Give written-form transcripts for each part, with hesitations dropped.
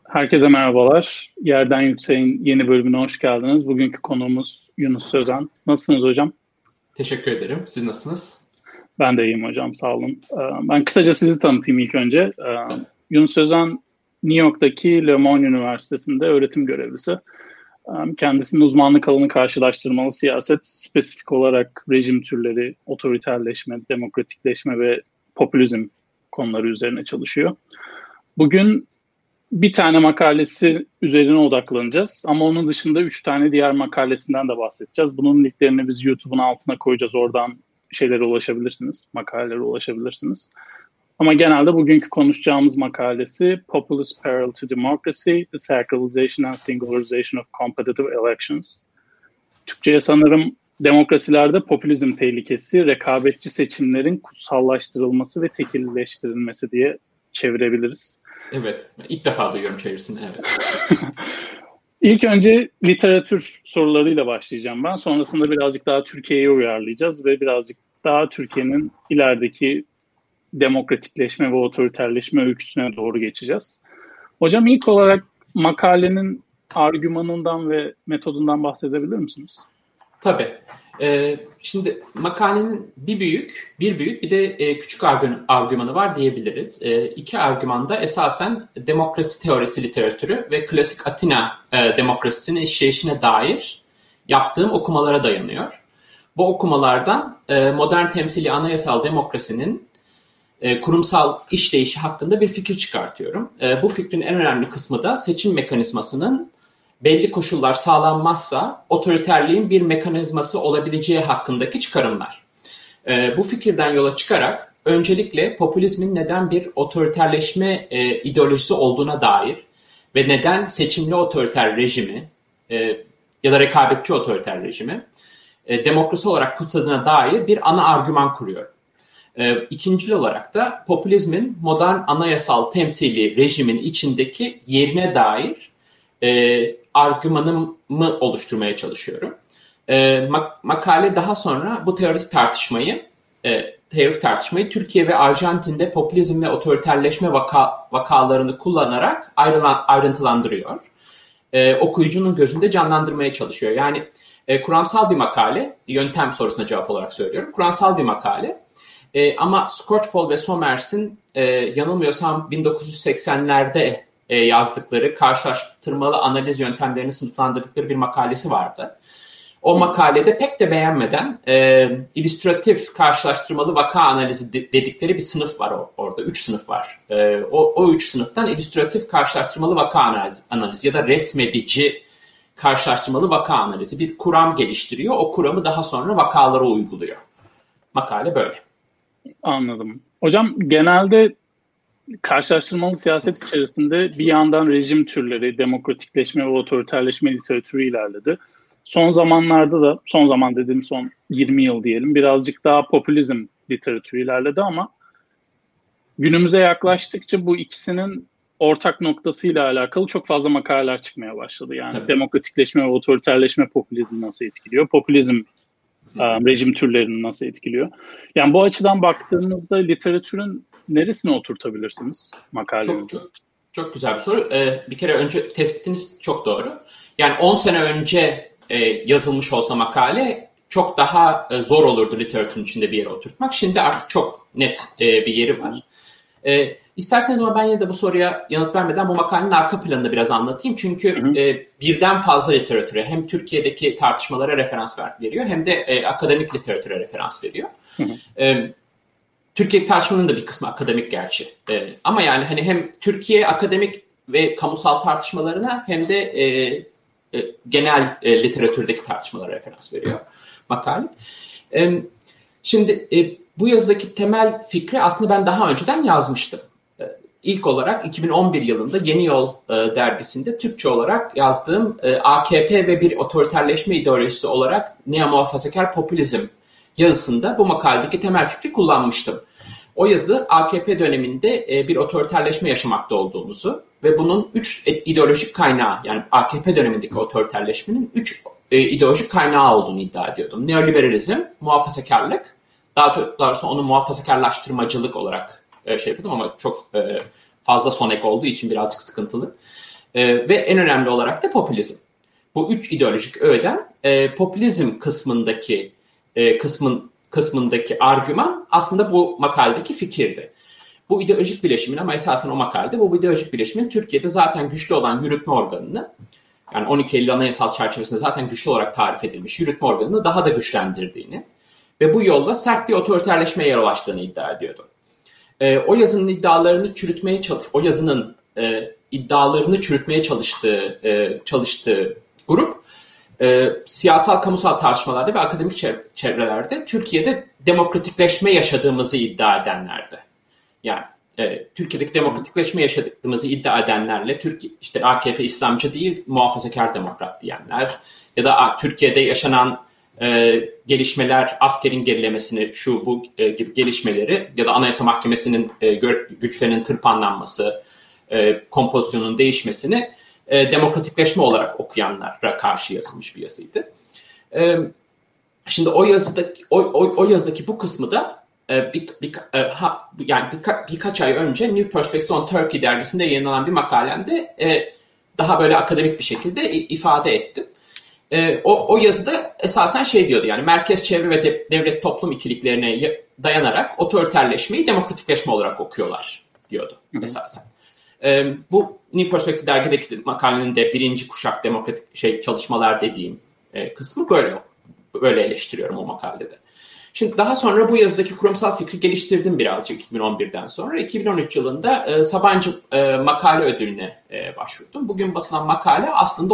Herkese merhabalar. Yerden Yüksek'in yeni bölümüne hoş geldiniz. Bugünkü konuğumuz Yunus Sözen. Nasılsınız hocam? Teşekkür ederim. Siz nasılsınız? Ben de iyiyim hocam, sağ olun. Ben kısaca sizi tanıtayım ilk önce. Tabii. Yunus Sözen, New York'taki Le Moyne Üniversitesi'nde öğretim görevlisi. Kendisinin uzmanlık alanı karşılaştırmalı siyaset, spesifik olarak rejim türleri, otoriterleşme, demokratikleşme ve popülizm konuları üzerine çalışıyor. Bugün bir tane makalesi üzerine odaklanacağız ama onun dışında 3 tane diğer makalesinden de bahsedeceğiz. Bunun linklerini biz YouTube'un altına koyacağız. Oradan şeylere ulaşabilirsiniz, makalelere ulaşabilirsiniz. Ama genelde bugünkü konuşacağımız makalesi Populist Peril to Democracy, The Sacralization and Singularization of Competitive Elections. Türkçe'ye sanırım demokrasilerde popülizm tehlikesi, rekabetçi seçimlerin kutsallaştırılması ve tekilleştirilmesi diye çevirebiliriz. Evet. İlk defa duyuyorum çevirisini. Evet. İlk önce literatür sorularıyla başlayacağım ben. Sonrasında birazcık daha Türkiye'ye uyarlayacağız ve birazcık daha Türkiye'nin ilerideki demokratikleşme ve otoriterleşme öyküsüne doğru geçeceğiz. Hocam ilk olarak makalenin argümanından ve metodundan bahsedebilir misiniz? Tabii. Şimdi makalenin bir büyük bir de küçük argümanı var diyebiliriz. İki argümanda esasen demokrasi teorisi literatürü ve klasik Atina demokrasisinin işleyişine dair yaptığım okumalara dayanıyor. Bu okumalardan modern temsili anayasal demokrasinin kurumsal işleyişi hakkında bir fikir çıkartıyorum. Bu fikrin en önemli kısmı da seçim mekanizmasının belli koşullar sağlanmazsa otoriterliğin bir mekanizması olabileceği hakkındaki çıkarımlar. Bu fikirden yola çıkarak öncelikle popülizmin neden bir otoriterleşme ideolojisi olduğuna dair ve neden seçimli otoriter rejimi ya da rekabetçi otoriter rejimi demokrasi olarak kutsadığına dair bir ana argüman kuruyor. İkincil olarak da popülizmin modern anayasal temsili rejimin içindeki yerine dair argümanımı oluşturmaya çalışıyorum. Makale daha sonra bu teorik tartışmayı Türkiye ve Arjantin'de popülizm ve otoriterleşme vakalarını kullanarak ayrıntılandırıyor. Okuyucunun gözünde canlandırmaya çalışıyor. Yani kuramsal bir makale, yöntem sorusuna cevap olarak söylüyorum. Kuramsal bir makale. Ama Skocpol ve Somers'in yanılmıyorsam 1980'lerde yazdıkları karşılaştırmalı analiz yöntemlerini sınıflandırdıkları bir makalesi vardı. O makalede pek de beğenmeden illüstratif karşılaştırmalı vaka analizi dedikleri bir sınıf var orada. 3 sınıf var. O 3 sınıftan illüstratif karşılaştırmalı vaka analizi ya da resmedici karşılaştırmalı vaka analizi bir kuram geliştiriyor. O kuramı daha sonra vakalara uyguluyor. Makale böyle. Anladım. Hocam genelde karşılaştırmalı siyaset içerisinde bir yandan rejim türleri, demokratikleşme ve otoriterleşme literatürü ilerledi. Son zamanlarda da, son zaman dediğim son 20 yıl diyelim, birazcık daha popülizm literatürü ilerledi ama günümüze yaklaştıkça bu ikisinin ortak noktasıyla alakalı çok fazla makaleler çıkmaya başladı. Yani tabii. Demokratikleşme ve otoriterleşme popülizmi nasıl etkiliyor? Popülizm rejim türlerini nasıl etkiliyor? Yani bu açıdan baktığımızda literatürün neresine oturtabilirsiniz makalenizde? Çok güzel bir soru. Bir kere önce tespitiniz çok doğru. Yani 10 sene önce yazılmış olsa makale çok daha zor olurdu literatürün içinde bir yere oturtmak. Şimdi artık çok net bir yeri var. İsterseniz ama ben yine de bu soruya yanıt vermeden bu makalenin arka planını biraz anlatayım. Çünkü birden fazla literatüre hem Türkiye'deki tartışmalara referans veriyor hem de akademik literatüre referans veriyor. Türkiye tartışmanın da bir kısmı akademik gerçi. Ama yani hani hem Türkiye akademik ve kamusal tartışmalarına hem de genel literatürdeki tartışmalara referans veriyor makale. Şimdi bu yazıdaki temel fikri aslında ben daha önceden yazmıştım. İlk olarak 2011 yılında Yeni Yol dergisinde Türkçe olarak yazdığım AKP ve bir otoriterleşme ideolojisi olarak neo-muhafazakar popülizm yazısında bu makaledeki temel fikri kullanmıştım. O yazı AKP döneminde bir otoriterleşme yaşamakta olduğumuzu ve bunun 3 ideolojik kaynağı, yani AKP dönemindeki otoriterleşmenin 3 ideolojik kaynağı olduğunu iddia ediyordum. Neoliberalizm, muhafazakarlık, daha doğrusu onu muhafazakarlaştırmacılık olarak şey yapıyordum ama çok fazla son ek olduğu için birazcık sıkıntılı. Ve en önemli olarak da popülizm. Bu 3 ideolojik öğeden popülizm kısmındaki argüman aslında bu makaledeki fikirdi. Bu ideolojik bileşimin ama esasen o makalede bu ideolojik bileşimin Türkiye'de zaten güçlü olan yürütme organını, yani 12 Eylül Anayasal çerçevesinde zaten güçlü olarak tarif edilmiş yürütme organını daha da güçlendirdiğini ve bu yolla sert bir otoriterleşmeye yol açtığını iddia ediyordu. O yazının iddialarını çürütmeye çalıştığı grup siyasal kamusal tartışmalarda ve akademik çevrelerde Türkiye'de demokratikleşme yaşadığımızı iddia edenlerdi. Yani Türkiye'deki demokratikleşme yaşadığımızı iddia edenlerle işte AKP İslamcı değil muhafazakar demokrat diyenler ya da Türkiye'de yaşanan gelişmeler, askerin gerilemesini, şu bu gibi gelişmeleri ya da Anayasa Mahkemesi'nin güçlerinin tırpanlanması, kompozisyonun değişmesini demokratikleşme olarak okuyanlara karşı yazılmış bir yazıydı. Şimdi o yazıdaki bu kısmı da birkaç ay önce New Perspectives on Turkey dergisinde yayınlanan bir makalemde daha böyle akademik bir şekilde ifade ettim. O yazıda esasen şey diyordu, yani merkez çevre ve devlet toplum ikiliklerine dayanarak otoriterleşmeyi demokratikleşme olarak okuyorlar diyordu esasen. Bu New Perspective dergideki makalenin de birinci kuşak demokratik çalışmalar dediğim kısmı böyle eleştiriyorum o makalede. Şimdi daha sonra bu yazıdaki kurumsal fikri geliştirdim birazcık 2011'den sonra. 2013 yılında Sabancı Makale Ödülü'ne başvurdum. Bugün basılan makale aslında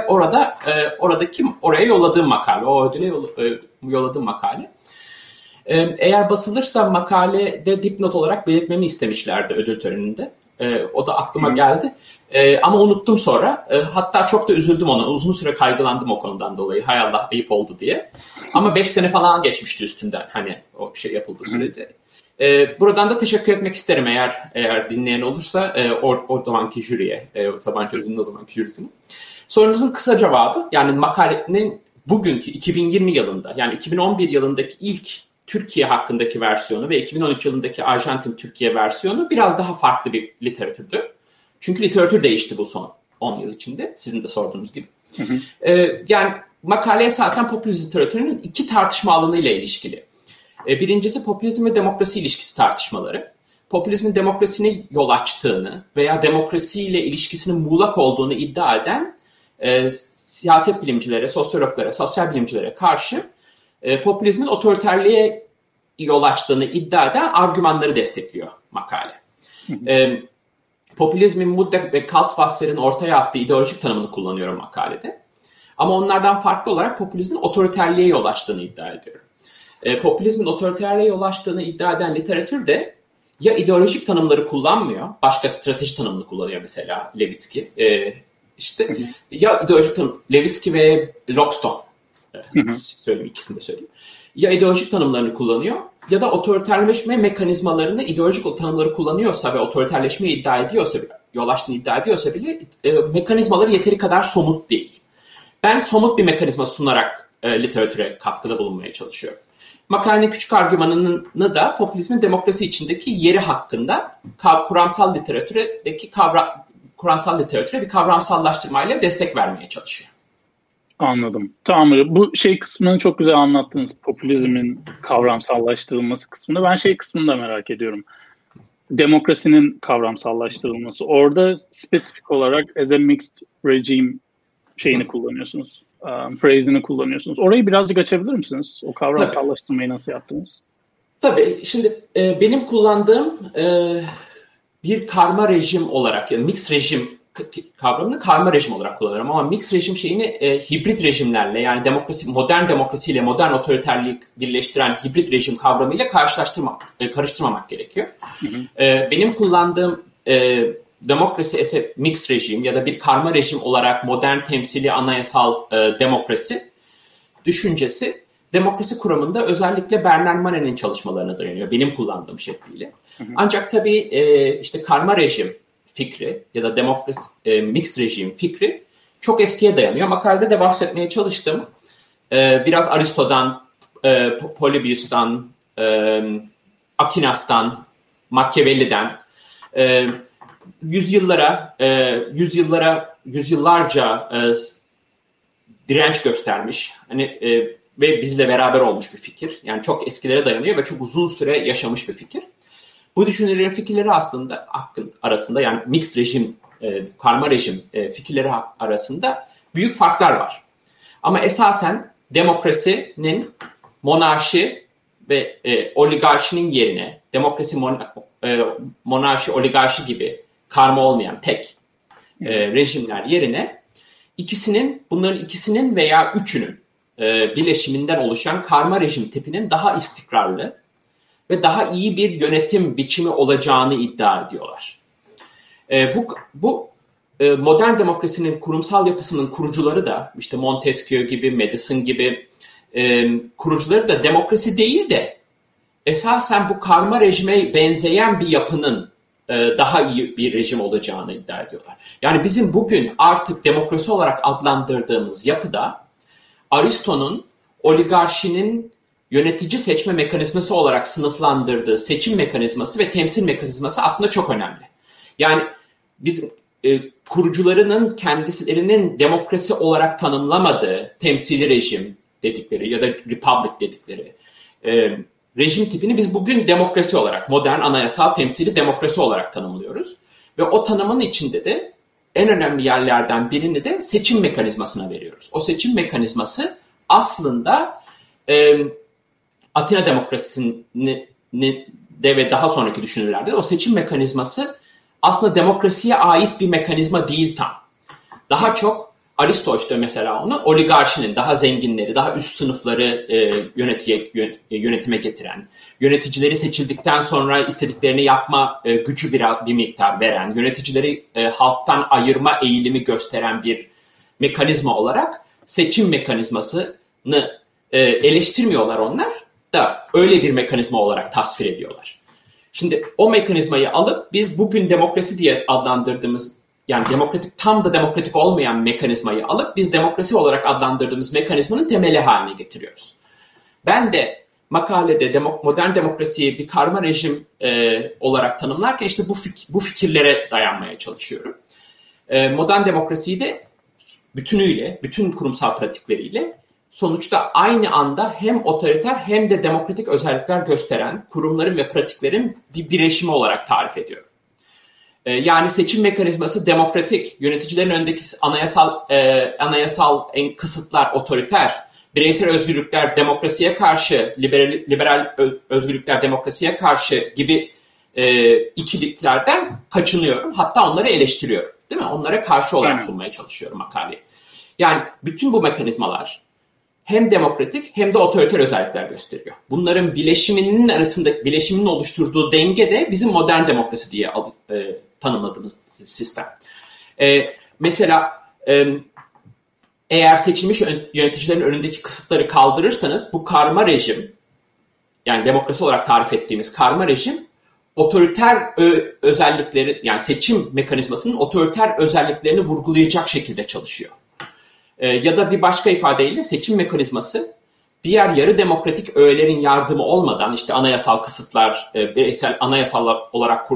oraya yolladığım makale, o ödüle yolladığım makale. Eğer basılırsa makalede dipnot olarak belirtmemi istemişlerdi ödül töreninde. O da aklıma geldi. Ama unuttum sonra. Hatta çok da üzüldüm ona. Uzun süre kaygılandım o konudan dolayı. Hay Allah, ayıp oldu diye. Ama 5 sene falan geçmişti üstünden. Hani o şey yapıldığı sürece. Buradan da teşekkür etmek isterim eğer dinleyen olursa o zamanki jüriye. Sabancı Ödülü'nün o zamanki jürisine. Sorunuzun kısa cevabı, yani makalenin bugünkü 2020 yılında, yani 2011 yılındaki ilk Türkiye hakkındaki versiyonu ve 2013 yılındaki Arjantin-Türkiye versiyonu biraz daha farklı bir literatürdü. Çünkü literatür değişti bu son 10 yıl içinde. Sizin de sorduğunuz gibi. Yani makale esasen popülizm literatürünün 2 tartışma alanıyla ilişkili. Birincisi popülizm ve demokrasi ilişkisi tartışmaları. Popülizmin demokrasine yol açtığını veya demokrasiyle ilişkisinin muğlak olduğunu iddia eden siyaset bilimcilere, sosyologlara, sosyal bilimcilere karşı popülizmin otoriterliğe yol açtığını iddia eden argümanları destekliyor makale. Popülizmin Mudde ve Kaltwasser'in ortaya attığı ideolojik tanımını kullanıyorum makalede. Ama onlardan farklı olarak popülizmin otoriterliğe yol açtığını iddia ediyorum. Popülizmin otoriterliğe yol açtığını iddia eden literatür de ya ideolojik tanımları kullanmıyor, başka strateji tanımını kullanıyor, mesela Levitsky. Ya ideolojik tanım, Levitsky ve Lockstone. Söyleyeyim, ikisini de söyleyeyim. Ya ideolojik tanımlarını kullanıyor ya da otoriterleşme mekanizmalarını, ideolojik tanımları kullanıyorsa ve otoriterleşmeyi iddia ediyorsa, yol açtığını iddia ediyorsa bile mekanizmaları yeteri kadar somut değil. Ben somut bir mekanizma sunarak literatüre katkıda bulunmaya çalışıyorum. Makalenin küçük argümanını da popülizmin demokrasi içindeki yeri hakkında kuramsal literatüre bir kavramsallaştırmayla destek vermeye çalışıyor. Anladım. Tamam. Bu kısmını çok güzel anlattınız. Popülizmin kavramsallaştırılması kısmını. Ben kısmını da merak ediyorum. Demokrasinin kavramsallaştırılması. Orada spesifik olarak as a mixed regime kullanıyorsunuz. Phrase'ini kullanıyorsunuz. Orayı birazcık açabilir misiniz? O kavramsallaştırmayı nasıl yaptınız? Tabii. Şimdi benim kullandığım bir karma rejim olarak, yani mixed rejim kavramını karma rejim olarak kullanıyorum, ama mixed rejim hibrit rejimlerle, yani modern demokrasiyle modern otoriterliği birleştiren hibrit rejim kavramıyla karıştırmamak gerekiyor. Benim kullandığım demokrasi as a mixed rejim ya da bir karma rejim olarak modern temsili anayasal demokrasi düşüncesi demokrasi kuramında özellikle Bernard Monet'in çalışmalarına dayanıyor, benim kullandığım şekliyle. Ancak tabii işte karma rejim fikri ya da demokrasi mixed rejim fikri çok eskiye dayanıyor. Makalede de bahsetmeye çalıştım. Biraz Aristo'dan, Polybius'tan, Aquinas'tan, Machiavelli'den yüzyıllara yüzyıllarca direnç göstermiş ve bizle beraber olmuş bir fikir. Yani çok eskilere dayanıyor ve çok uzun süre yaşamış bir fikir. Bu düşünürlerin fikirleri aslında arasında, yani mixed rejim, karma rejim fikirleri arasında büyük farklar var. Ama esasen demokrasinin monarşi ve oligarşinin yerine, demokrasi, monarşi, oligarşi gibi karma olmayan tek rejimler yerine bunların ikisinin veya üçünün bileşiminden oluşan karma rejim tipinin daha istikrarlı ve daha iyi bir yönetim biçimi olacağını iddia ediyorlar. Bu modern demokrasinin kurumsal yapısının kurucuları da, işte Montesquieu gibi, Madison gibi kurucuları da demokrasi değil de esasen bu karma rejime benzeyen bir yapının daha iyi bir rejim olacağını iddia ediyorlar. Yani bizim bugün artık demokrasi olarak adlandırdığımız yapıda Aristo'nun oligarşinin yönetici seçme mekanizması olarak sınıflandırdığı seçim mekanizması ve temsil mekanizması aslında çok önemli. Yani biz kurucularının kendilerinin demokrasi olarak tanımlamadığı temsili rejim dedikleri ya da republic dedikleri rejim tipini biz bugün demokrasi olarak, modern anayasal temsili demokrasi olarak tanımlıyoruz. Ve o tanımın içinde de en önemli yerlerden birini de seçim mekanizmasına veriyoruz. O seçim mekanizması aslında Atina demokrasisinde ve daha sonraki düşünürlerde de o seçim mekanizması aslında demokrasiye ait bir mekanizma değil tam. Daha çok Aristo işte mesela onu oligarşinin, daha zenginleri, daha üst sınıfları yönetime getiren, yöneticileri seçildikten sonra istediklerini yapma gücü bir miktar veren, yöneticileri halktan ayırma eğilimi gösteren bir mekanizma olarak seçim mekanizmasını eleştirmiyorlar onlar da öyle bir mekanizma olarak tasvir ediyorlar. Şimdi o mekanizmayı alıp biz bugün demokrasi diye adlandırdığımız, yani tam da demokratik olmayan mekanizmayı alıp biz demokrasi olarak adlandırdığımız mekanizmanın temeli haline getiriyoruz. Ben de makalede modern demokrasiyi bir karma rejim olarak tanımlarken işte bu fikirlere dayanmaya çalışıyorum. Modern demokrasiyi de bütünüyle, bütün kurumsal pratikleriyle sonuçta aynı anda hem otoriter hem de demokratik özellikler gösteren kurumların ve pratiklerin bir birleşimi olarak tarif ediyorum. Yani seçim mekanizması demokratik, yöneticilerin önündeki anayasal kısıtlıklar otoriter, bireysel özgürlükler demokrasiye karşı, liberal özgürlükler demokrasiye karşı gibi ikiliklerden kaçınıyorum. Hatta onları eleştiriyorum, değil mi? Onlara karşı olarak sunmaya çalışıyorum makaleyi. Yani bütün bu mekanizmalar hem demokratik hem de otoriter özellikler gösteriyor. Bunların bileşiminin oluşturduğu denge de bizim modern demokrasi diye tanımladığımız sistem. Mesela eğer seçilmiş yöneticilerin önündeki kısıtları kaldırırsanız bu karma rejim, yani demokrasi olarak tarif ettiğimiz karma rejim otoriter özellikleri, yani seçim mekanizmasının otoriter özelliklerini vurgulayacak şekilde çalışıyor. Ya da bir başka ifadeyle seçim mekanizması diğer yarı demokratik öğelerin yardımı olmadan, işte anayasal kısıtlar, bireysel anayasal olarak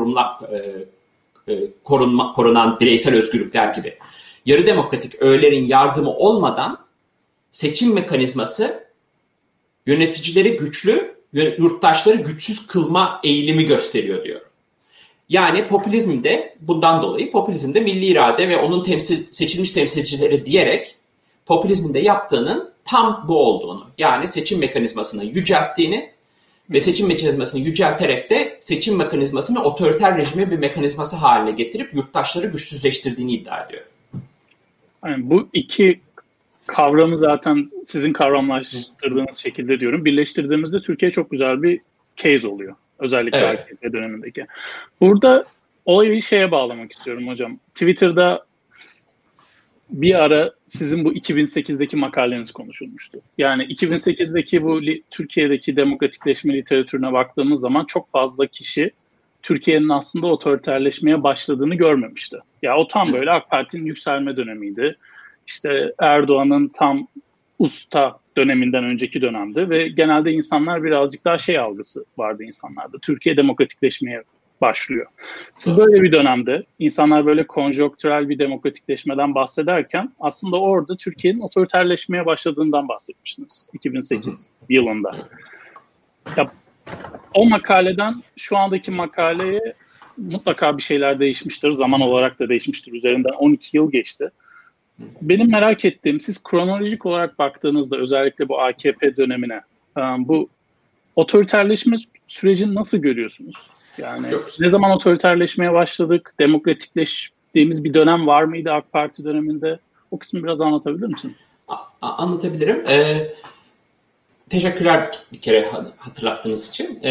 korunan bireysel özgürlükler gibi yarı demokratik öğelerin yardımı olmadan seçim mekanizması yöneticileri güçlü, yurttaşları güçsüz kılma eğilimi gösteriyor diyor. Yani popülizmde bundan dolayı popülizmde milli irade ve onun seçilmiş temsilcileri diyerek popülizmin de yaptığının tam bu olduğunu, yani seçim mekanizmasını yücelttiğini ve seçim mekanizmasını yücelterek de seçim mekanizmasını otoriter rejime bir mekanizması haline getirip yurttaşları güçsüzleştirdiğini iddia ediyor. Yani bu iki kavramı zaten sizin kavramlaştırdığınız şekilde diyorum. Birleştirdiğimizde Türkiye çok güzel bir case oluyor. Özellikle evet. AKP dönemindeki. Burada olayı şeye bağlamak istiyorum hocam. Twitter'da bir ara sizin bu 2008'deki makaleniz konuşulmuştu. Yani 2008'deki bu Türkiye'deki demokratikleşme literatürüne baktığımız zaman çok fazla kişi Türkiye'nin aslında otoriterleşmeye başladığını görmemişti. Ya o tam böyle AK Parti'nin yükselme dönemiydi. İşte Erdoğan'ın tam usta döneminden önceki dönemde ve genelde insanlar birazcık daha algısı vardı insanlarda. Türkiye demokratikleşmeye başlıyor. Siz böyle bir dönemde insanlar böyle konjonktürel bir demokratikleşmeden bahsederken aslında orada Türkiye'nin otoriterleşmeye başladığından bahsetmiştiniz 2008 yılında. Ya, o makaleden şu andaki makaleye mutlaka bir şeyler değişmiştir. Zaman olarak da değişmiştir. Üzerinden 12 yıl geçti. Benim merak ettiğim, siz kronolojik olarak baktığınızda özellikle bu AKP dönemine, bu otoriterleşme sürecini nasıl görüyorsunuz? Yani ne zaman otoriterleşmeye başladık? Demokratikleştiğimiz bir dönem var mıydı AK Parti döneminde? O kısmı biraz anlatabilir misiniz? Anlatabilirim. Teşekkürler bir kere hatırlattığınız için.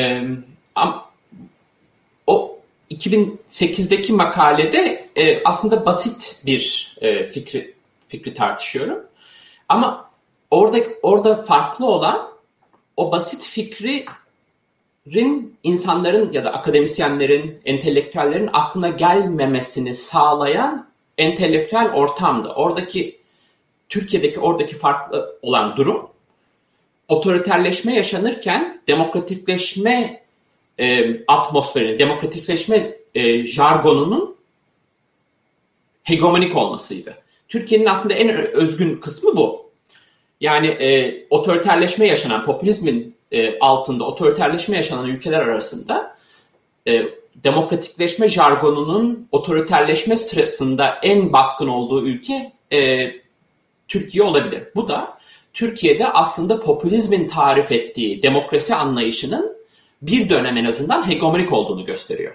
O 2008'deki makalede aslında basit bir fikri tartışıyorum. Ama orada farklı olan o basit fikrin insanların ya da akademisyenlerin, entelektüellerin aklına gelmemesini sağlayan entelektüel ortamdı. Türkiye'deki farklı olan durum, otoriterleşme yaşanırken demokratikleşme atmosferinin, demokratikleşme jargonunun hegemonik olmasıydı. Türkiye'nin aslında en özgün kısmı bu. Yani otoriterleşme yaşanan, popülizmin altında otoriterleşme yaşanan ülkeler arasında demokratikleşme jargonunun otoriterleşme sırasında en baskın olduğu ülke Türkiye olabilir. Bu da Türkiye'de aslında popülizmin tarif ettiği demokrasi anlayışının bir dönem en azından hegemonik olduğunu gösteriyor.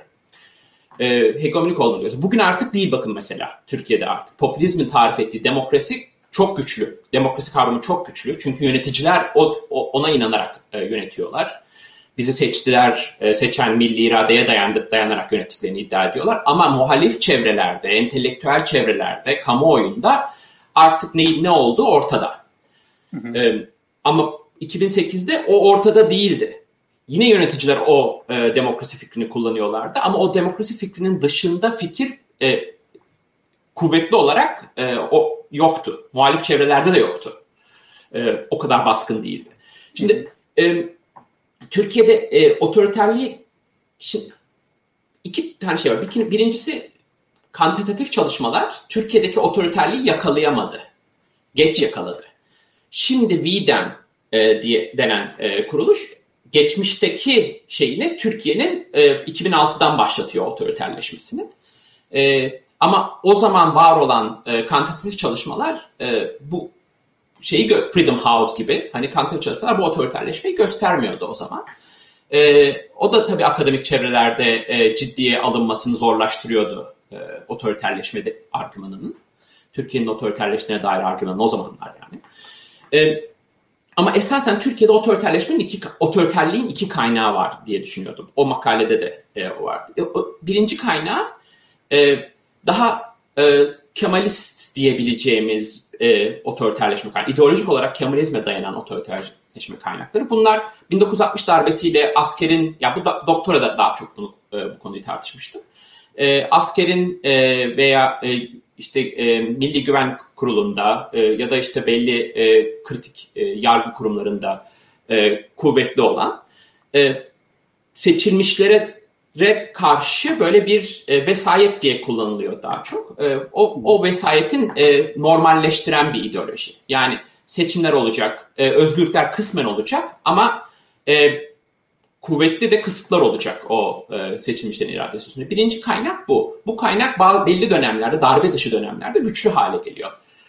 Bugün artık değil, bakın mesela Türkiye'de artık popülizmin tarif ettiği demokrasi çok güçlü. Demokrasi kavramı çok güçlü. Çünkü yöneticiler ona inanarak yönetiyorlar. Bizi seçtiler, seçen milli iradeye dayanarak yönettiklerini iddia ediyorlar. Ama muhalif çevrelerde, entelektüel çevrelerde, kamuoyunda artık ne olduğu ortada. Ama 2008'de o ortada değildi. Yine yöneticiler o demokrasi fikrini kullanıyorlardı. Ama o demokrasi fikrinin dışında fikir kuvvetli olarak o yoktu. Muhalif çevrelerde de yoktu. O kadar baskın değildi. Şimdi Türkiye'de otoriterliği, şimdi iki tane şey var. Birincisi, kantitatif çalışmalar Türkiye'deki otoriterliği yakalayamadı. Geç yakaladı. Şimdi VİDEM diye denen kuruluş geçmişteki şeyini, Türkiye'nin 2006'dan başlatıyor otoriterleşmesini. Ama o zaman var olan kantitatif çalışmalar bu şeyi, Freedom House gibi hani kantitatif çalışmalar bu otoriterleşmeyi göstermiyordu o zaman. O da tabii akademik çevrelerde ciddiye alınmasını zorlaştırıyordu otoriterleşme argümanının. Türkiye'nin otoriterleştiğine dair argümanın o zamanlar yani. Ama esasen Türkiye'de otoriterliğin iki kaynağı var diye düşünüyordum. O makalede de o vardı. Birinci kaynağı daha Kemalist diyebileceğimiz otoriterleşme kaynakları. İdeolojik olarak Kemalizme dayanan otoriterleşme kaynakları. Bunlar 1960 darbesiyle askerin, ya bu doktora da daha çok bu konuyu tartışmıştım. Askerin veya Milli Güvenlik Kurulu'nda ya da işte belli kritik yargı kurumlarında kuvvetli olan seçilmişlere karşı böyle bir vesayet diye kullanılıyor daha çok. O vesayetin normalleştiren bir ideoloji. Yani seçimler olacak, özgürlükler kısmen olacak ama kuvvetli de kısıtlar olacak o seçilmişlerin iradesi üstünde. Birinci kaynak bu. Bu kaynak belli dönemlerde, darbe dışı dönemlerde güçlü hale geliyor.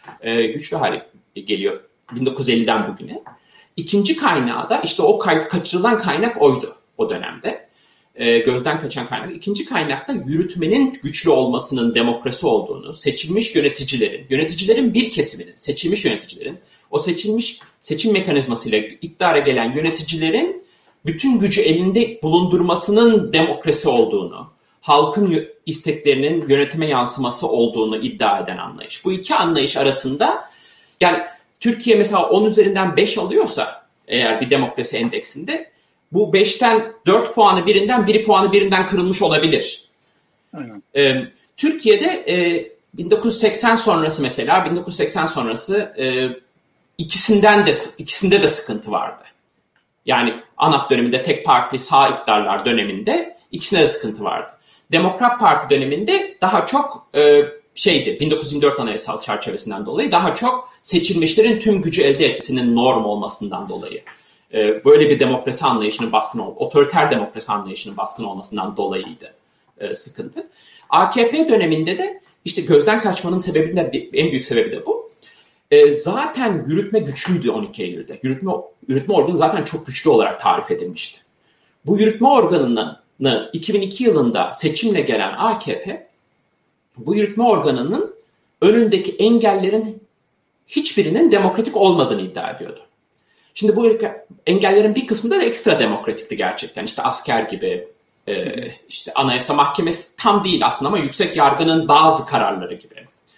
1950'den bugüne. İkinci kaynağı da işte o kaçırılan kaynak oydu o dönemde. Gözden kaçan kaynak. İkinci kaynakta yürütmenin güçlü olmasının demokrasi olduğunu, seçilmiş yöneticilerin bir kesiminin, seçilmiş yöneticilerin, o seçim mekanizmasıyla iktidara gelen yöneticilerin bütün gücü elinde bulundurmasının demokrasi olduğunu, halkın isteklerinin yönetime yansıması olduğunu iddia eden anlayış. Bu iki anlayış arasında, yani Türkiye mesela 10 üzerinden 5 alıyorsa eğer bir demokrasi endeksinde, bu 5'ten 4 puanı birinden, 1 puanı birinden kırılmış olabilir. Aynen. Türkiye'de 1980 sonrası mesela, 1980 sonrası ikisinde de sıkıntı vardı. Yani ANAP döneminde tek parti sağ iktidarlar döneminde ikisine de sıkıntı vardı. Demokrat Parti döneminde daha çok 1924 Anayasal çerçevesinden dolayı daha çok seçilmişlerin tüm gücü elde etmesinin norm olmasından dolayı. Böyle bir demokrasi anlayışının baskın otoriter demokrasi anlayışının baskın olmasından dolayıydı sıkıntı. AKP döneminde de işte gözden kaçmanın sebebinden en büyük sebebi de bu. Zaten yürütme güçlüydü 12 Eylül'de. Yürütme organı zaten çok güçlü olarak tarif edilmişti. Bu yürütme organını 2002 yılında seçimle gelen AKP, bu yürütme organının önündeki engellerin hiçbirinin demokratik olmadığını iddia ediyordu. Şimdi bu engellerin bir kısmı da ekstra demokratikti gerçekten. İşte asker gibi, işte Anayasa Mahkemesi tam değil aslında ama yüksek yargının bazı kararları gibi.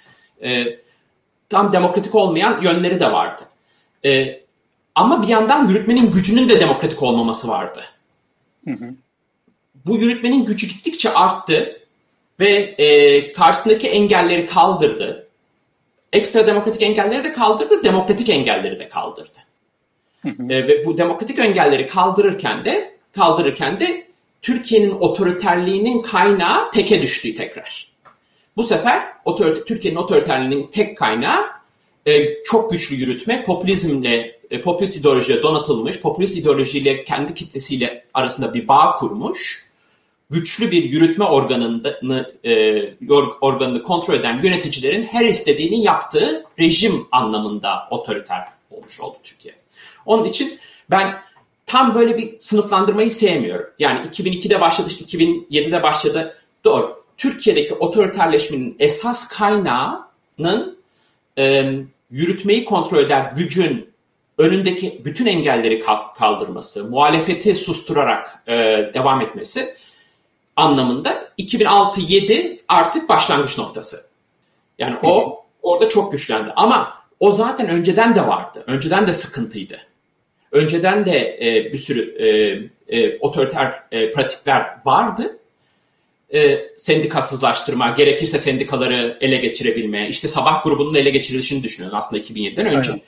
Tam demokratik olmayan yönleri de vardı. Ama bir yandan yürütmenin gücünün de demokratik olmaması vardı. Bu yürütmenin gücü gittikçe arttı ve karşısındaki engelleri kaldırdı. Ekstra demokratik engelleri de kaldırdı, demokratik engelleri de kaldırdı. Ve bu demokratik engelleri kaldırırken de Türkiye'nin otoriterliğinin kaynağı teke düştü tekrar. Bu sefer Türkiye'nin otoriterliğinin tek kaynağı çok güçlü yürütme, popülist ideolojiyle donatılmış, popülist ideolojiyle kendi kitlesiyle arasında bir bağ kurmuş, güçlü bir yürütme organını kontrol eden yöneticilerin her istediğini yaptığı rejim anlamında otoriter olmuş oldu Türkiye. Onun için ben tam böyle bir sınıflandırmayı sevmiyorum. Yani 2002'de başladı, 2007'de başladı. Doğru. Türkiye'deki otoriterleşmenin esas kaynağının yürütmeyi kontrol eden gücün önündeki bütün engelleri kaldırması, muhalefeti susturarak devam etmesi anlamında 2006-2007 artık başlangıç noktası. Yani o orada çok güçlendi. Ama o zaten önceden de vardı. Önceden de sıkıntıydı. Önceden de bir sürü otoriter pratikler vardı. Sendikasızlaştırma, gerekirse sendikaları ele geçirebilme, işte sabah grubunun ele geçirilişini düşünüyoruz aslında 2007'den önce.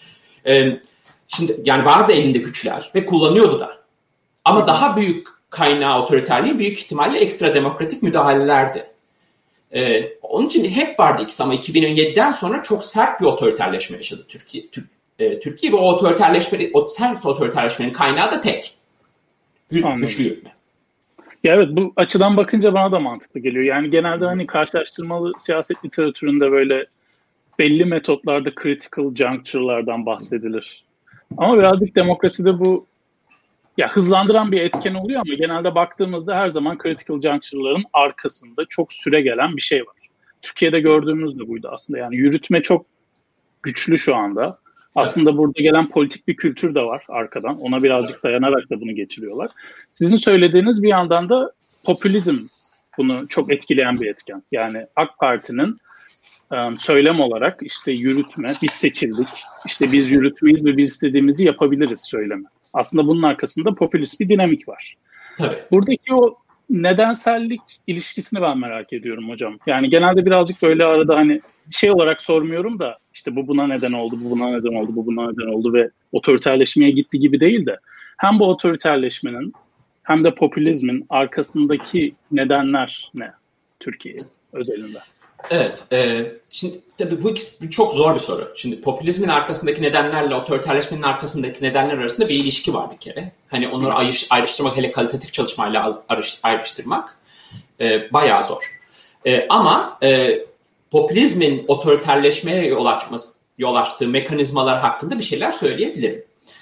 Şimdi yani vardı elinde güçler ve kullanıyordu da. Ama daha büyük kaynağı otoriterliğin büyük ihtimalle ekstra demokratik müdahalelerdi. Onun için hep vardı ikisi ama 2007'den sonra çok sert bir otoriterleşme yaşadı Türkiye ve o sert otoriterleşmenin kaynağı da tek. Güçlü yürütme. Ya evet, bu açıdan bakınca bana da mantıklı geliyor. Yani genelde hani karşılaştırmalı siyaset literatüründe böyle belli metotlarda critical juncture'lardan bahsedilir. Ama birazcık demokraside bu hızlandıran bir etken oluyor ama genelde baktığımızda her zaman critical juncture'ların arkasında çok süre gelen bir şey var. Türkiye'de gördüğümüz de buydu aslında. Yani yürütme çok güçlü şu anda. Aslında burada gelen politik bir kültür de var arkadan. Ona birazcık dayanarak da bunu geçiriyorlar. Sizin söylediğiniz bir yandan da popülizm bunu çok etkileyen bir etken. Yani AK Parti'nin söylem olarak işte yürütme, biz seçildik, işte biz yürütmeyiz ve biz istediğimizi yapabiliriz söylemi. Aslında bunun arkasında popülist bir dinamik var. Tabii. Buradaki o nedensellik ilişkisini ben merak ediyorum hocam. Yani genelde birazcık böyle arada hani şey olarak sormuyorum da işte bu buna neden oldu, bu buna neden oldu, bu buna neden oldu ve otoriterleşmeye gitti gibi değil de hem bu otoriterleşmenin hem de popülizmin arkasındaki nedenler ne Türkiye özelinde? Evet. Şimdi tabii bu çok zor bir soru. Şimdi popülizmin arkasındaki nedenlerle otoriterleşmenin arkasındaki nedenler arasında bir ilişki var bir kere. Hani onları ayrıştırmak, hele kalitatif çalışmayla ayrıştırmak bayağı zor. Ama popülizmin otoriterleşmeye yol açtığı mekanizmalar hakkında bir şeyler söyleyebilirim.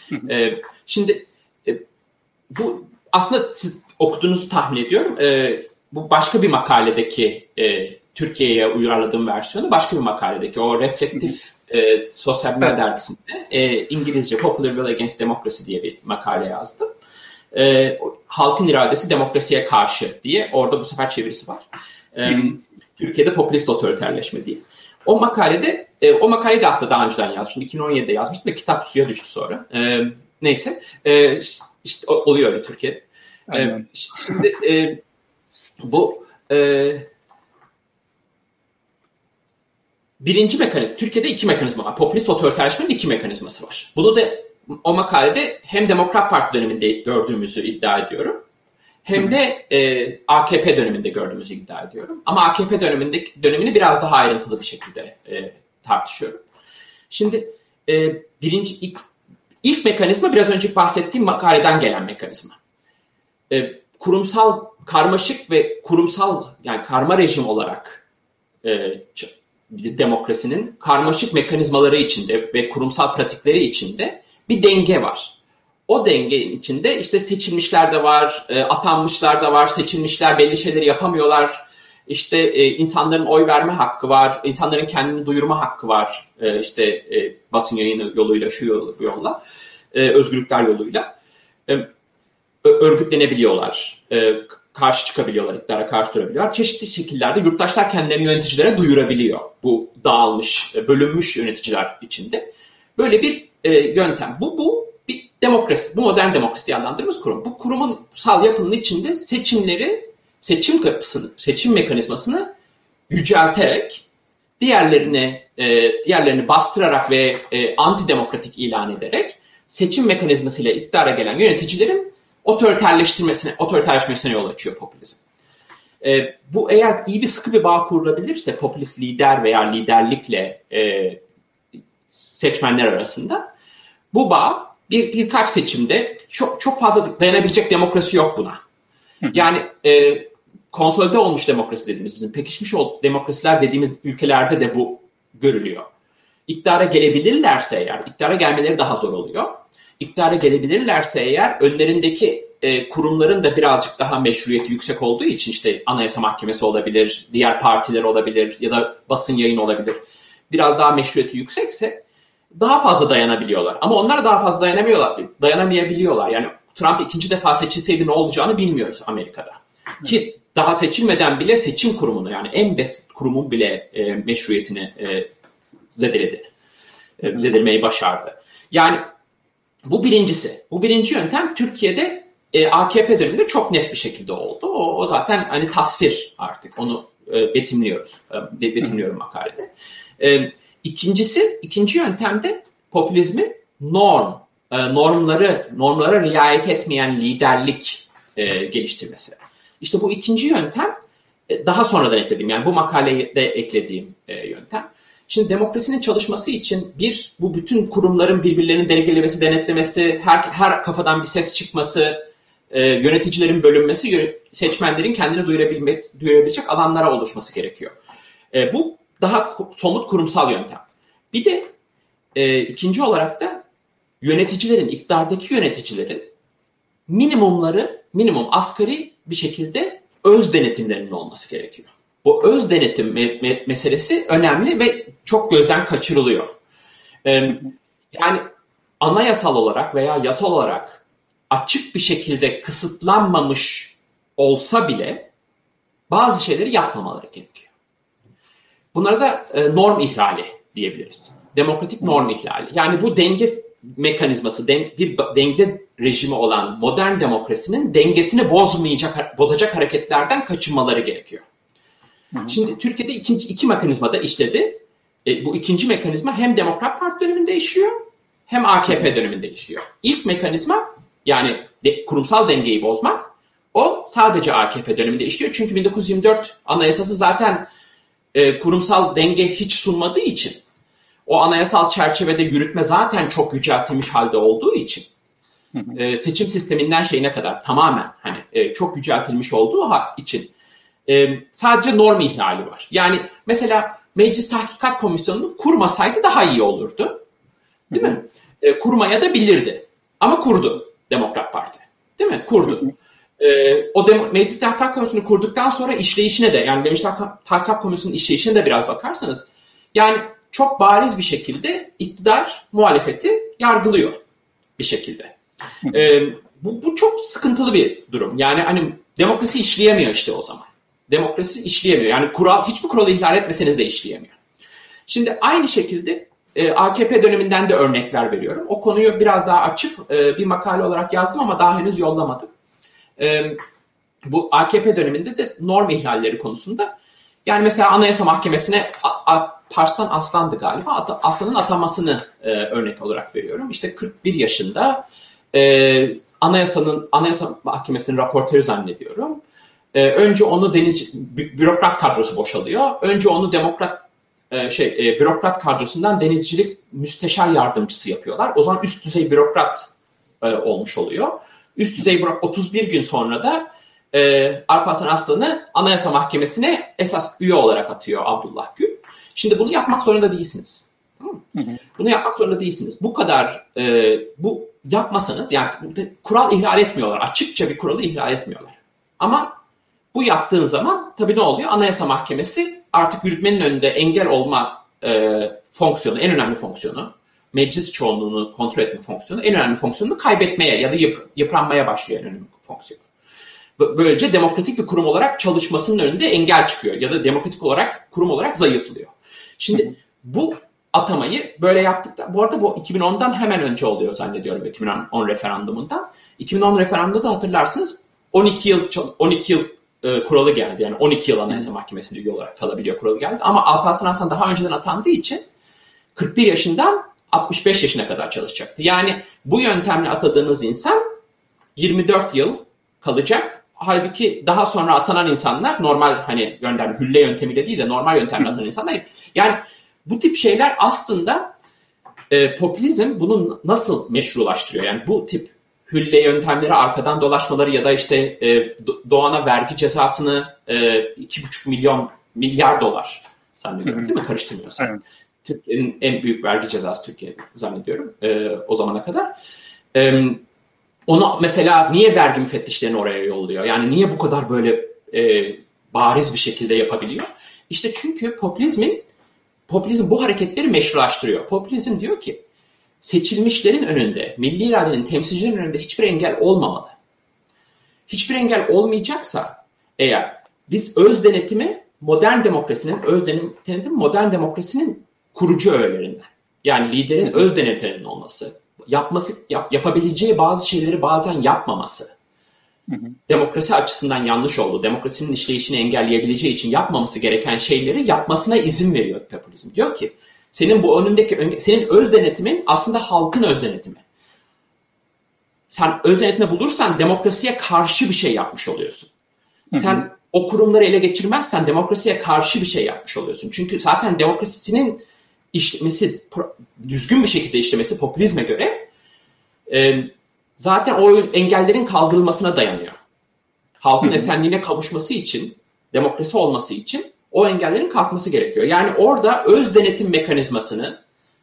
Şimdi bu aslında siz okuduğunuzu tahmin ediyorum. Bu başka bir makaledeki Türkiye'ye uyarladığım versiyonu başka bir makaledeki o reflektif sosyal bilimler dergisinde İngilizce Popular Will Against Democracy diye bir makale yazdım. Halkın iradesi demokrasiye karşı diye orada bu sefer çevirisi var. Türkiye'de popülist otoriterleşme diye. O makaleyi de aslında daha önceden yazmıştım. 2017'de yazmıştım ve kitap suya düştü sonra. Neyse. İşte oluyor öyle Türkiye'de. Şimdi bu birinci mekanizma, Türkiye'de iki mekanizma var. Popülist otoriterleşmenin iki mekanizması var. Bunu da o makalede hem Demokrat Parti döneminde gördüğümüzü iddia ediyorum, hem de AKP döneminde gördüğümüzü iddia ediyorum. Ama AKP dönemini biraz daha ayrıntılı bir şekilde tartışıyorum. Şimdi ilk mekanizma biraz önce bahsettiğim makaleden gelen mekanizma. Kurumsal, karmaşık ve kurumsal, yani karma rejim olarak demokrasinin karmaşık mekanizmaları içinde ve kurumsal pratikleri içinde bir denge var. O dengenin içinde işte seçilmişler de var, atanmışlar da var, seçilmişler belli şeyleri yapamıyorlar. İşte insanların oy verme hakkı var, insanların kendini duyurma hakkı var. İşte basın yayını yoluyla, şu yolla, özgürlükler yoluyla. Örgütlenebiliyorlar, karşı çıkabiliyorlar, iktidara karşı durabiliyorlar. Çeşitli şekillerde yurttaşlar kendilerini yöneticilere duyurabiliyor. Bu dağılmış, bölünmüş yöneticiler içinde. Böyle bir yöntem. Bu bir demokrasi, bu modern demokrasi diye adlandırdığımız kurum. Bu kurumsal yapının içinde seçim mekanizmasını yücelterek, diğerlerini bastırarak ve antidemokratik ilan ederek seçim mekanizmasıyla iktidara gelen yöneticilerin otoriterleşmesine yol açıyor popülizm. Bu eğer iyi bir sıkı bir bağ kurulabilirse popülist lider veya liderlikle seçmenler arasında, bu bağ birkaç seçimde çok fazla dayanabilecek demokrasi yok buna. Yani konsolide olmuş demokrasi dediğimiz, bizim pekişmiş demokrasiler dediğimiz ülkelerde de bu görülüyor. İktidara gelebilirlerse eğer, iktidara gelmeleri daha zor oluyor. İktidara gelebilirlerse eğer önlerindeki kurumların da birazcık daha meşruiyeti yüksek olduğu için, işte Anayasa Mahkemesi olabilir, diğer partiler olabilir ya da basın yayını olabilir. Biraz daha meşruiyeti yüksekse daha fazla dayanabiliyorlar. Ama onlar daha fazla dayanamayabiliyorlar. Yani Trump ikinci defa seçilseydi ne olacağını bilmiyoruz Amerika'da. Ki daha seçilmeden bile seçim kurumunu, yani en basit kurumun bile meşruiyetini zedelemeyi başardı. Yani bu birincisi. Bu birinci yöntem Türkiye'de AKP döneminde çok net bir şekilde oldu. O zaten hani tasvir artık. Onu betimliyorum makalede. İkinci yöntemde popülizmi normlara riayet etmeyen liderlik geliştirmesi. İşte bu ikinci yöntem daha sonradan eklediğim, yani bu makalede eklediğim yöntem. Şimdi demokrasinin çalışması için bu bütün kurumların birbirlerini dengelemesi, denetlemesi, her kafadan bir ses çıkması, yöneticilerin bölünmesi, seçmenlerin kendini duyurabilecek alanlara oluşması gerekiyor. Bu daha somut kurumsal yöntem. Bir de ikinci olarak da iktidardaki yöneticilerin minimum asgari bir şekilde öz denetimlerinin olması gerekiyor. Bu öz denetim meselesi önemli ve çok gözden kaçırılıyor. Yani anayasal olarak veya yasal olarak açık bir şekilde kısıtlanmamış olsa bile bazı şeyleri yapmamaları gerekiyor. Bunlara da norm ihlali diyebiliriz. Demokratik norm ihlali. Yani bu denge mekanizması, bir denge rejimi olan modern demokrasinin dengesini bozacak hareketlerden kaçınmaları gerekiyor. Şimdi Türkiye'de iki mekanizma da işledi. Bu ikinci mekanizma hem Demokrat Parti döneminde işliyor, hem AKP döneminde işliyor. İlk mekanizma, yani kurumsal dengeyi bozmak, o sadece AKP döneminde işliyor. Çünkü 1924 Anayasası zaten kurumsal denge hiç sunmadığı için, o anayasal çerçevede yürütme zaten çok yüceltilmiş halde olduğu için, seçim sisteminden şeyine kadar tamamen çok yüceltilmiş olduğu için sadece norm ihlali var. Yani mesela Meclis Tahkikat Komisyonu'nu kurmasaydı daha iyi olurdu. Değil mi? Kurmaya da bilirdi. Ama kurdu Demokrat Parti. Değil mi? Kurdu. Meclis Tahkikat Komisyonu'nu kurduktan sonra işleyişine de, yani Meclis Tahkikat Komisyonu'nun işleyişine de biraz bakarsanız, yani çok bariz bir şekilde iktidar muhalefeti yargılıyor bir şekilde. Bu çok sıkıntılı bir durum. Yani hani demokrasi işleyemiyor işte o zaman. Demokrasi işleyemiyor. Yani hiçbir kuralı ihlal etmeseniz de işleyemiyor. Şimdi aynı şekilde AKP döneminden de örnekler veriyorum. O konuyu biraz daha açıp bir makale olarak yazdım ama daha henüz yollamadım. Bu AKP döneminde de norm ihlalleri konusunda, yani mesela Anayasa Mahkemesi'ne Parslan Aslan'dı galiba. Aslan'ın atamasını örnek olarak veriyorum. İşte 41 yaşında Anayasa Mahkemesi'nin raportörü zannediyorum. Önce onu bürokrat kadrosu boşalıyor. Önce onu bürokrat kadrosundan denizcilik müsteşar yardımcısı yapıyorlar. O zaman üst düzey bürokrat olmuş oluyor. Üst düzey bürokrat 31 gün sonra da Alparslan Aslan'ı Anayasa Mahkemesi'ne esas üye olarak atıyor Abdullah Gül. Şimdi bunu yapmak zorunda değilsiniz. Tamam mı? Bunu yapmak zorunda değilsiniz. Bu kadar bu yapmasanız, yani kural ihlal etmiyorlar. Açıkça bir kuralı ihlal etmiyorlar. Ama bu yaptığın zaman tabii ne oluyor? Anayasa Mahkemesi artık yürütmenin önünde engel olma fonksiyonu, en önemli fonksiyonu, meclis çoğunluğunu kontrol etme fonksiyonu, en önemli fonksiyonunu kaybetmeye ya da yıpranmaya başlıyor en önemli fonksiyon. Böylece demokratik bir kurum olarak çalışmasının önünde engel çıkıyor ya da demokratik olarak kurum olarak zayıflıyor. Şimdi bu atamayı böyle yaptık da, bu arada bu 2010'dan hemen önce oluyor zannediyorum, 2010 referandumundan. 2010 referandumunda da hatırlarsınız 12 yıl kuralı geldi. Yani 12 yıl Anayasa Mahkemesi'nde üye olarak kalabiliyor kuralı geldi. Ama Alparslan Aslan daha önceden atandığı için 41 yaşından 65 yaşına kadar çalışacaktı. Yani bu yöntemle atadığınız insan 24 yıl kalacak. Halbuki daha sonra atanan insanlar normal hülle yöntemiyle değil de normal yöntemle atanan insanlar. Yani bu tip şeyler aslında popülizm bunu nasıl meşrulaştırıyor? Yani bu tip hülle yöntemleri, arkadan dolaşmaları ya da işte Doğan'a vergi cezasını 2,5 milyar dolar zannediyorum, değil mi? Karıştırmıyorsam. Evet. Türkiye'nin en büyük vergi cezası Türkiye zannediyorum o zamana kadar. Onu mesela niye vergi müfettişlerini oraya yolluyor? Yani niye bu kadar böyle bariz bir şekilde yapabiliyor? İşte çünkü popülizm bu hareketleri meşrulaştırıyor. Popülizm diyor ki seçilmişlerin önünde, milli iradenin temsilcilerin önünde hiçbir engel olmamalı. Hiçbir engel olmayacaksa eğer biz öz denetimi modern demokrasinin kurucu öğelerinden. Yani liderin öz denetiminin olması, yapabileceği bazı şeyleri bazen yapmaması, demokrasi açısından yanlış oldu, demokrasinin işleyişini engelleyebileceği için yapmaması gereken şeyleri yapmasına izin veriyor popülizm. Diyor ki senin bu senin öz denetimin aslında halkın öz denetimi. Sen öz denetimi bulursan demokrasiye karşı bir şey yapmış oluyorsun. Sen o kurumları ele geçirmezsen demokrasiye karşı bir şey yapmış oluyorsun. Çünkü zaten demokrasinin işlemesi, düzgün bir şekilde işlemesi popülizme göre zaten o engellerin kaldırılmasına dayanıyor. Halkın esenliğine kavuşması için, demokrasi olması için o engellerin kalkması gerekiyor. Yani orada öz denetim mekanizmasını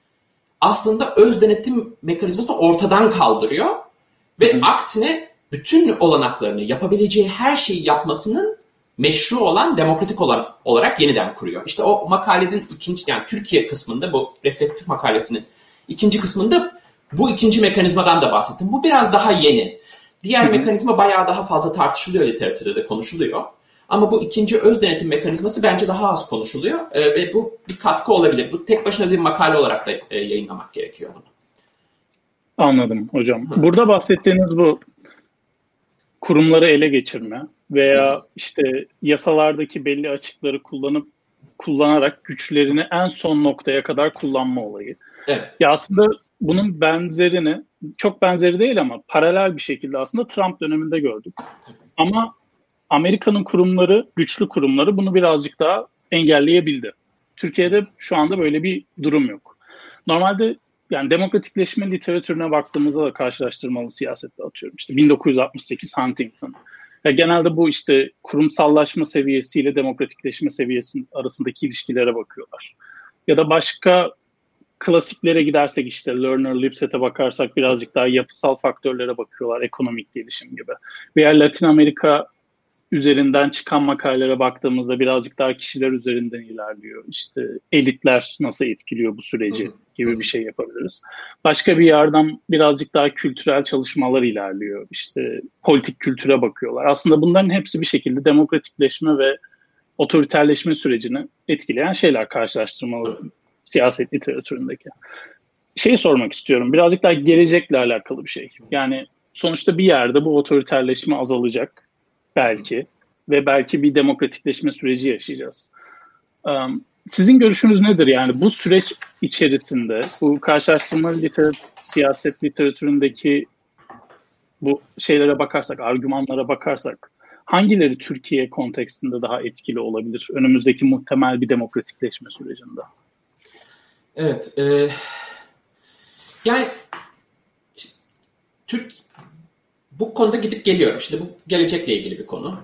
ortadan kaldırıyor ve aksine bütün olanaklarını, yapabileceği her şeyi yapmasının meşru olan, demokratik olarak yeniden kuruyor. İşte o makalenin Türkiye kısmında, bu reflektif makalesinin ikinci kısmında bu ikinci mekanizmadan da bahsettim. Bu biraz daha yeni. Diğer mekanizma bayağı daha fazla tartışılıyor, literatürde de konuşuluyor. Ama bu ikinci öz denetim mekanizması bence daha az konuşuluyor ve bu bir katkı olabilir. Bu tek başına bir makale olarak da yayınlamak gerekiyor bunu. Anladım hocam. Burada bahsettiğiniz bu kurumları ele geçirme veya işte yasalardaki belli açıkları kullanarak güçlerini en son noktaya kadar kullanma olayı. Evet. Ya aslında bunun benzerini, çok benzeri değil ama paralel bir şekilde aslında Trump döneminde gördük. Ama Amerika'nın kurumları, güçlü kurumları bunu birazcık daha engelleyebildi. Türkiye'de şu anda böyle bir durum yok. Normalde yani demokratikleşme literatürüne baktığımızda da karşılaştırmalı siyasette atıyorum. İşte 1968 Huntington. Ya genelde bu işte kurumsallaşma seviyesiyle demokratikleşme seviyesinin arasındaki ilişkilere bakıyorlar. Ya da başka klasiklere gidersek işte Lerner, Lipset'e bakarsak birazcık daha yapısal faktörlere bakıyorlar. Ekonomik gelişim gibi. Veya Latin Amerika üzerinden çıkan makalelere baktığımızda birazcık daha kişiler üzerinden ilerliyor. İşte elitler nasıl etkiliyor bu süreci gibi bir şey yapabiliriz. Başka bir yerden birazcık daha kültürel çalışmalar ilerliyor. İşte politik kültüre bakıyorlar. Aslında bunların hepsi bir şekilde demokratikleşme ve otoriterleşme sürecini etkileyen şeyler, karşılaştırmalı siyaset literatüründeki. Şeyi sormak istiyorum. Birazcık daha gelecekle alakalı bir şey. Yani sonuçta bir yerde bu otoriterleşme azalacak belki ve belki bir demokratikleşme süreci yaşayacağız. Sizin görüşünüz nedir? Yani bu süreç içerisinde bu karşılaştırmalı siyaset literatüründeki bu şeylere bakarsak, argümanlara bakarsak hangileri Türkiye kontekstinde daha etkili olabilir önümüzdeki muhtemel bir demokratikleşme sürecinde? Evet. Yani bu konuda gidip geliyorum. Şimdi bu gelecekle ilgili bir konu.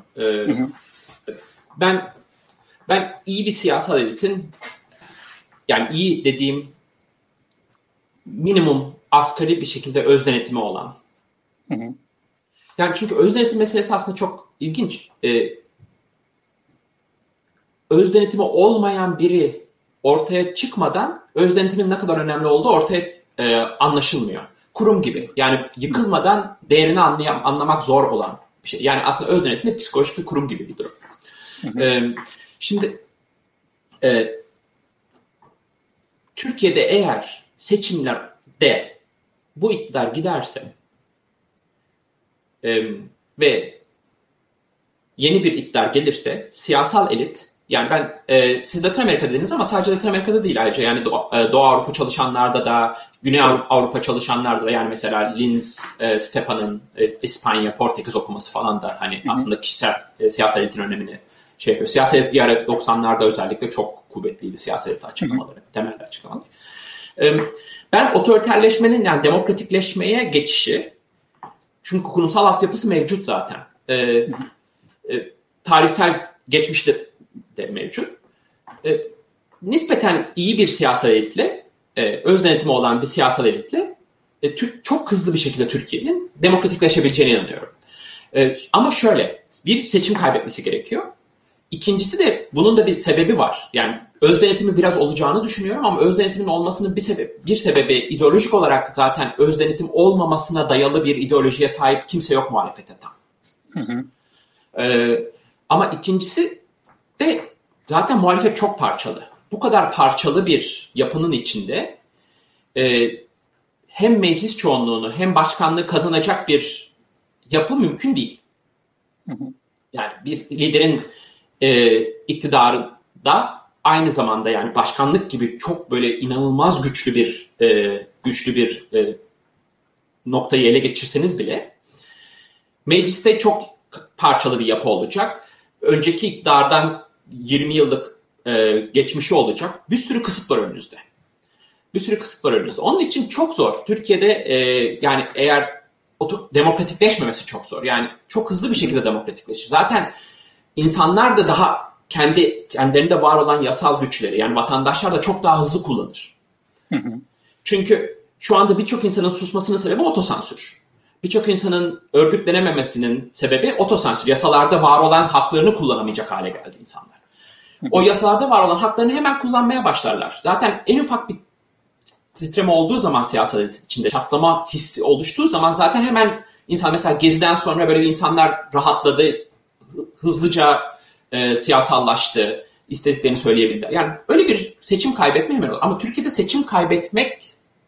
Ben iyi bir siyasal elitin, yani iyi dediğim minimum asgari bir şekilde öz denetimi olan. Yani çünkü öz denetim meselesi aslında çok ilginç. Öz denetimi olmayan biri ortaya çıkmadan öz denetimin ne kadar önemli olduğu ortaya anlaşılmıyor. Kurum gibi. Yani yıkılmadan değerini anlamak zor olan bir şey. Yani aslında öz denetim de psikolojik bir kurum gibi bir durum. Şimdi Türkiye'de eğer seçimlerde bu iktidar giderse ve yeni bir iktidar gelirse siyasal elit, yani ben siz Latin Amerika dediniz ama sadece Latin Amerika'da değil ayrıca, yani Doğu Avrupa çalışanlarda da, Güney Avrupa çalışanlarda da, yani mesela Lins, Stepan'ın İspanya, Portekiz okuması falan da hani aslında kişisel siyasal elitin önemini şey yapıyor. Siyaset bir ara 90'larda özellikle çok kuvvetliydi, siyaset açıklamaları, temel açıklamalar. Ben otoriterleşmenin, yani demokratikleşmeye geçişi, çünkü kurumsal altyapısı mevcut zaten. Tarihsel geçmişte de mevcut. Nispeten iyi bir siyasal elitle, öz denetimi olan bir siyasal elitle çok hızlı bir şekilde Türkiye'nin demokratikleşebileceğine inanıyorum. Ama şöyle, bir seçim kaybetmesi gerekiyor. İkincisi de bunun da bir sebebi var. Yani öz denetimi biraz olacağını düşünüyorum ama öz denetimin olmasının bir sebebi ideolojik olarak zaten öz denetim olmamasına dayalı bir ideolojiye sahip kimse yok muhalefete tam. Ama ikincisi de zaten muhalefet çok parçalı. Bu kadar parçalı bir yapının içinde hem meclis çoğunluğunu hem başkanlığı kazanacak bir yapı mümkün değil. Yani bir liderin iktidarı da aynı zamanda, yani başkanlık gibi çok böyle inanılmaz güçlü bir noktayı ele geçirseniz bile mecliste çok parçalı bir yapı olacak. Önceki iktidardan 20 yıllık geçmişi olacak. Bir sürü kısıt var önünüzde. Onun için çok zor. Türkiye'de yani eğer demokratikleşmemesi çok zor. Yani çok hızlı bir şekilde demokratikleşir. Zaten İnsanlar da daha kendilerinde var olan yasal güçleri, yani vatandaşlar da çok daha hızlı kullanır. Çünkü şu anda birçok insanın susmasının sebebi otosansür. Birçok insanın örgütlenememesinin sebebi otosansür. Yasalarda var olan haklarını kullanamayacak hale geldi insanlar. O yasalarda var olan haklarını hemen kullanmaya başlarlar. Zaten en ufak bir titreme olduğu zaman siyasal içinde, çatlama hissi oluştuğu zaman zaten hemen insan, mesela Gezi'den sonra böyle insanlar rahatladı, hızlıca siyasallaştı, istediklerini söyleyebildiler. Yani öyle bir seçim kaybetme hemen olur. Ama Türkiye'de seçim kaybetmek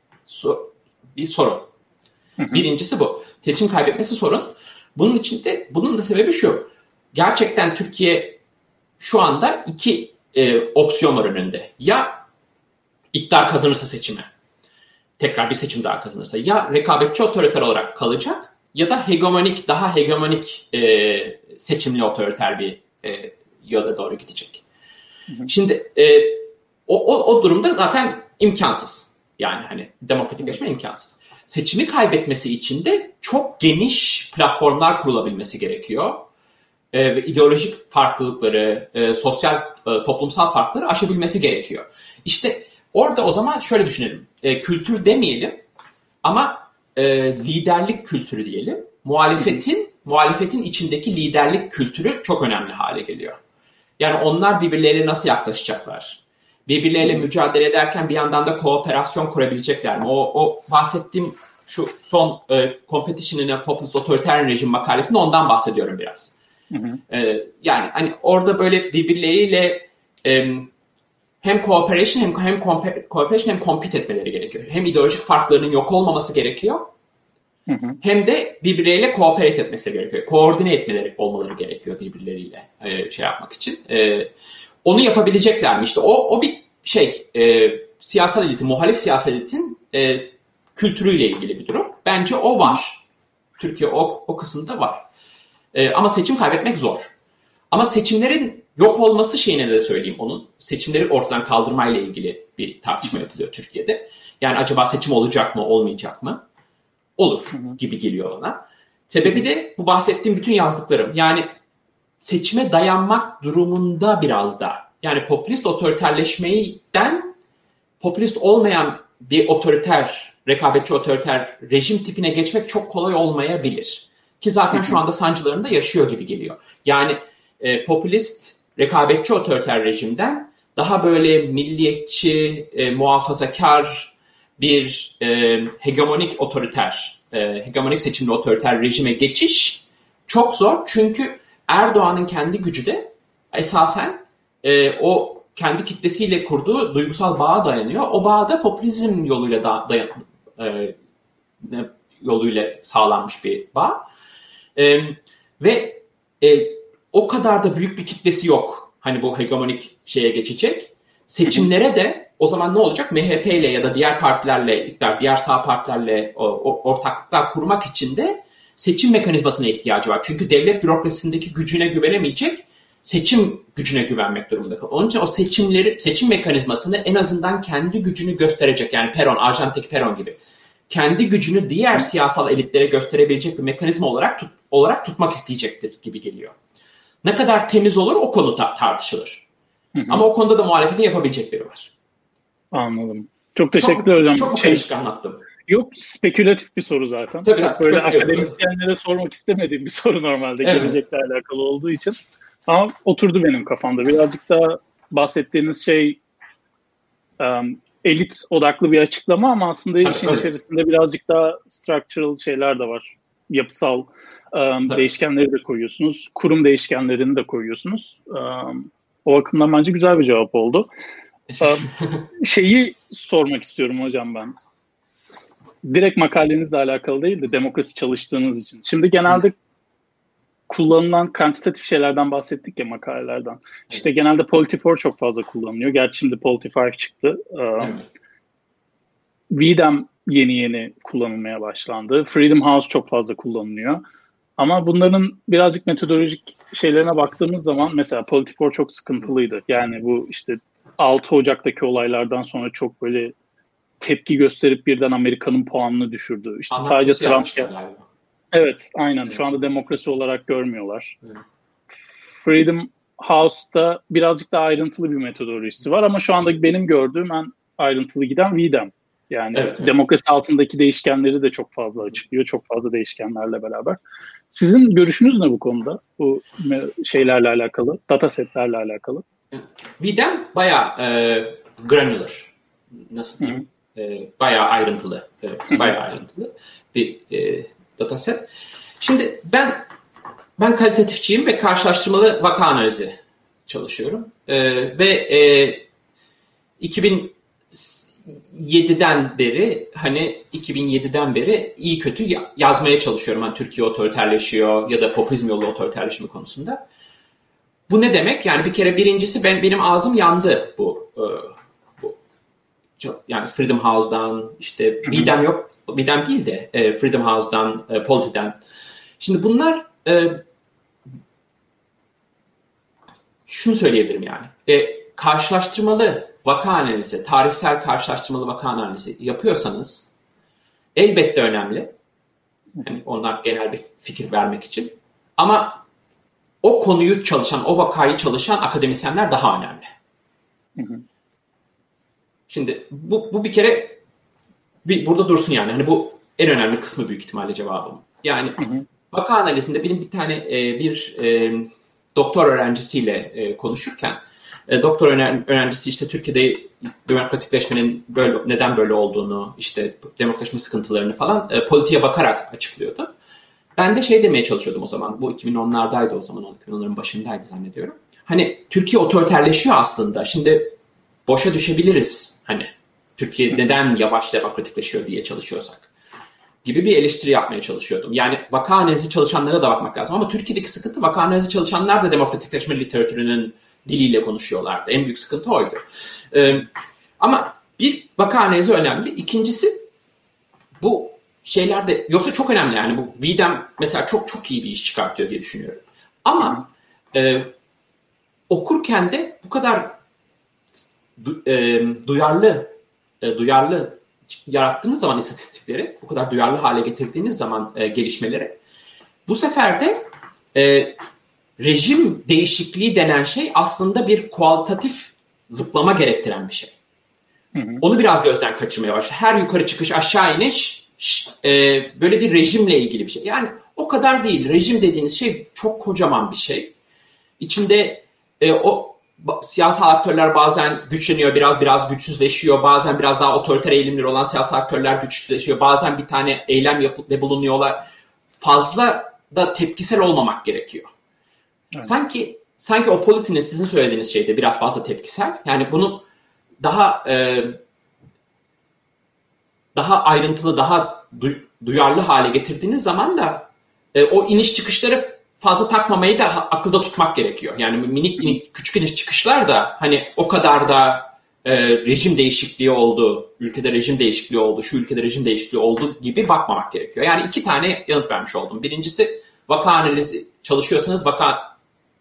bir sorun. Birincisi bu. Seçim kaybetmesi sorun. Bunun da sebebi şu. Gerçekten Türkiye şu anda iki opsiyon var önünde. Ya iktidar kazanırsa seçimi, tekrar bir seçim daha kazanırsa, ya rekabetçi otoriter olarak kalacak ya da daha hegemonik seçimli otoriter bir yola doğru gidecek. Şimdi o durumda zaten imkansız. Yani hani demokratikleşme imkansız. Seçimi kaybetmesi için de çok geniş platformlar kurulabilmesi gerekiyor. Ve ideolojik farklılıkları, sosyal, toplumsal farkları aşabilmesi gerekiyor. İşte orada o zaman şöyle düşünelim. Kültür demeyelim ama liderlik kültürü diyelim. Muhalefetin içindeki liderlik kültürü çok önemli hale geliyor. Yani onlar birbirleriyle nasıl yaklaşacaklar? Birbirleriyle mücadele ederken bir yandan da kooperasyon kurabilecekler mi? O bahsettiğim şu son Competition in a Populist Authoritarian Regime makalesinde ondan bahsediyorum biraz. Yani hani orada böyle birbirleriyle hem cooperation hem compete etmeleri gerekiyor. Hem ideolojik farklarının yok olmaması gerekiyor. Hem de birbirleriyle cooperate etmesi gerekiyor. Koordine olmaları gerekiyor birbirleriyle şey yapmak için. Onu yapabilecekler mi? İşte o bir siyasal elitin, muhalif siyasal elitin kültürüyle ilgili bir durum. Bence o var. Türkiye o kısımda var. Ama seçim kaybetmek zor. Ama seçimlerin yok olması şeyine de söyleyeyim onun. Seçimleri ortadan kaldırmayla ilgili bir tartışma yapılıyor Türkiye'de. Yani acaba seçim olacak mı, olmayacak mı? Olur gibi geliyor bana. Sebebi de bu bahsettiğim bütün yazdıklarım. Yani seçime dayanmak durumunda biraz da. Yani popülist otoriterleşmeden popülist olmayan bir rekabetçi otoriter rejim tipine geçmek çok kolay olmayabilir. Ki zaten şu anda sancılarını da yaşıyor gibi geliyor. Yani popülist, rekabetçi otoriter rejimden daha böyle milliyetçi, muhafazakar bir hegemonik seçimli otoriter rejime geçiş çok zor. Çünkü Erdoğan'ın kendi gücü de esasen o kendi kitlesiyle kurduğu duygusal bağa dayanıyor. O bağ da popülizm yoluyla sağlanmış bir bağ. Ve o kadar da büyük bir kitlesi yok. Hani bu hegemonik şeye geçecek. Seçimlere de o zaman ne olacak? MHP ile ya da diğer partilerle, diğer sağ partilerle ortaklıklar kurmak için de seçim mekanizmasına ihtiyacı var. Çünkü devlet bürokrasisindeki gücüne güvenemeyecek, seçim gücüne güvenmek durumunda kalıyor. Onun için o seçim mekanizmasını en azından kendi gücünü gösterecek. Yani Arjantin'deki Peron gibi. Kendi gücünü diğer siyasal elitlere gösterebilecek bir mekanizma olarak tutmak isteyecektir gibi geliyor. Ne kadar temiz olur o konu tartışılır. Ama o konuda da muhalefetin yapabilecekleri var. Anladım. Çok teşekkürler hocam. Çok karışık anlattım. Yok, spekülatif bir soru zaten. Tabii, çok böyle akademisyenlere sormak istemediğim bir soru normalde gelecekle alakalı olduğu için. Ama oturdu benim kafamda. Birazcık daha bahsettiğiniz şey elit odaklı bir açıklama ama aslında işin içerisinde birazcık daha structural şeyler de var. Yapısal değişkenleri de koyuyorsunuz. Kurum değişkenlerini de koyuyorsunuz. O bakımdan bence güzel bir cevap oldu. Şeyi sormak istiyorum hocam ben. Direkt makalenizle alakalı değil de demokrasi çalıştığınız için. Şimdi genelde kullanılan kantitatif şeylerden bahsettik ya, makalelerden. İşte genelde Polity4 çok fazla kullanılıyor. Gerçi şimdi Polity5 çıktı. VDEM yeni kullanılmaya başlandı. Freedom House çok fazla kullanılıyor. Ama bunların birazcık metodolojik şeylerine baktığımız zaman mesela Polity4 çok sıkıntılıydı. Yani bu işte 6 Ocak'taki olaylardan sonra çok böyle tepki gösterip birden Amerika'nın puanını düşürdü. İşte sadece Trump. Evet, aynen. Evet. Şu anda demokrasi olarak görmüyorlar. Evet. Freedom House'da birazcık daha ayrıntılı bir metodolojisi var ama şu anda benim gördüğüm en ayrıntılı giden VDEM. Yani demokrasi altındaki değişkenleri de çok fazla açıklıyor. Çok fazla değişkenlerle beraber. Sizin görüşünüz ne bu konuda? Bu şeylerle alakalı, datasetlerle alakalı. VDEM bayağı granular. Nasıl diyeyim? Bayağı ayrıntılı. Bayağı ayrıntılı bir dataset. Şimdi ben kalitatifçiyim ve karşılaştırmalı vaka analizi çalışıyorum. Ve 2007'den beri iyi kötü yazmaya çalışıyorum. Yani Türkiye otoriterleşiyor ya da popülizm yolu otoriterleşme konusunda. Bu ne demek? Yani bir kere birincisi benim ağzım yandı bu. Yani Freedom House'dan işte VDEM yok. VDEM değil de Freedom House'dan, Polity'den. Şimdi bunlar şunu söyleyebilirim yani. Karşılaştırmalı vaka analizi, tarihsel karşılaştırmalı vaka analizi yapıyorsanız elbette önemli. Yani onlar genel bir fikir vermek için. Ama o konuyu çalışan, o vakayı çalışan akademisyenler daha önemli. Şimdi bu bir kere burada dursun yani. Hani bu en önemli kısmı büyük ihtimalle cevabım. Yani vaka analizinde benim bir tane doktor öğrencisiyle konuşurken doktor öğrencisi işte Türkiye'de demokratikleşmenin neden böyle olduğunu, işte demokratikleşme sıkıntılarını falan politiğe bakarak açıklıyordu. Ben de demeye çalışıyordum o zaman. Bu 2010'lardaydı o zaman. 2010'ların başındaydı zannediyorum. Hani Türkiye otoriterleşiyor aslında. Şimdi boşa düşebiliriz. Hani Türkiye neden yavaş demokratikleşiyor diye çalışıyorsak gibi bir eleştiri yapmaya çalışıyordum. Yani vaka analizi çalışanlara da bakmak lazım. Ama Türkiye'deki sıkıntı vaka analizi çalışanlar da demokratikleşme literatürünün diliyle konuşuyorlardı. En büyük sıkıntı oydu. Ama bir, vaka analizi önemli. İkincisi, bu şeylerde, yoksa çok önemli yani, bu VDEM mesela çok çok iyi bir iş çıkartıyor diye düşünüyorum. Ama okurken de bu kadar duyarlı yarattığınız zaman istatistikleri, bu kadar duyarlı hale getirdiğiniz zaman gelişmeleri, bu sefer de rejim değişikliği denen şey aslında bir kualitatif zıplama gerektiren bir şey. Onu biraz gözden kaçırmaya başlıyor. Her yukarı çıkış, aşağı iniş böyle bir rejimle ilgili bir şey. Yani o kadar değil. Rejim dediğiniz şey çok kocaman bir şey. İçinde o siyasal aktörler bazen güçleniyor, biraz güçsüzleşiyor. Bazen biraz daha otoriter eğilimleri olan siyasal aktörler güçsüzleşiyor. Bazen bir tane eylem yapıp bulunuyorlar. Fazla da tepkisel olmamak gerekiyor. Evet. Sanki o politinin sizin söylediğiniz şeyde biraz fazla tepkisel. Yani bunu daha ayrıntılı, daha duyarlı hale getirdiğiniz zaman da o iniş çıkışları fazla takmamayı da akılda tutmak gerekiyor. Yani minik küçük iniş çıkışlar da hani o kadar da rejim değişikliği oldu, ülkede rejim değişikliği oldu, şu ülkede rejim değişikliği oldu gibi bakmamak gerekiyor. Yani 2 tane yanıt vermiş oldum. Birincisi, vaka analizi çalışıyorsanız vaka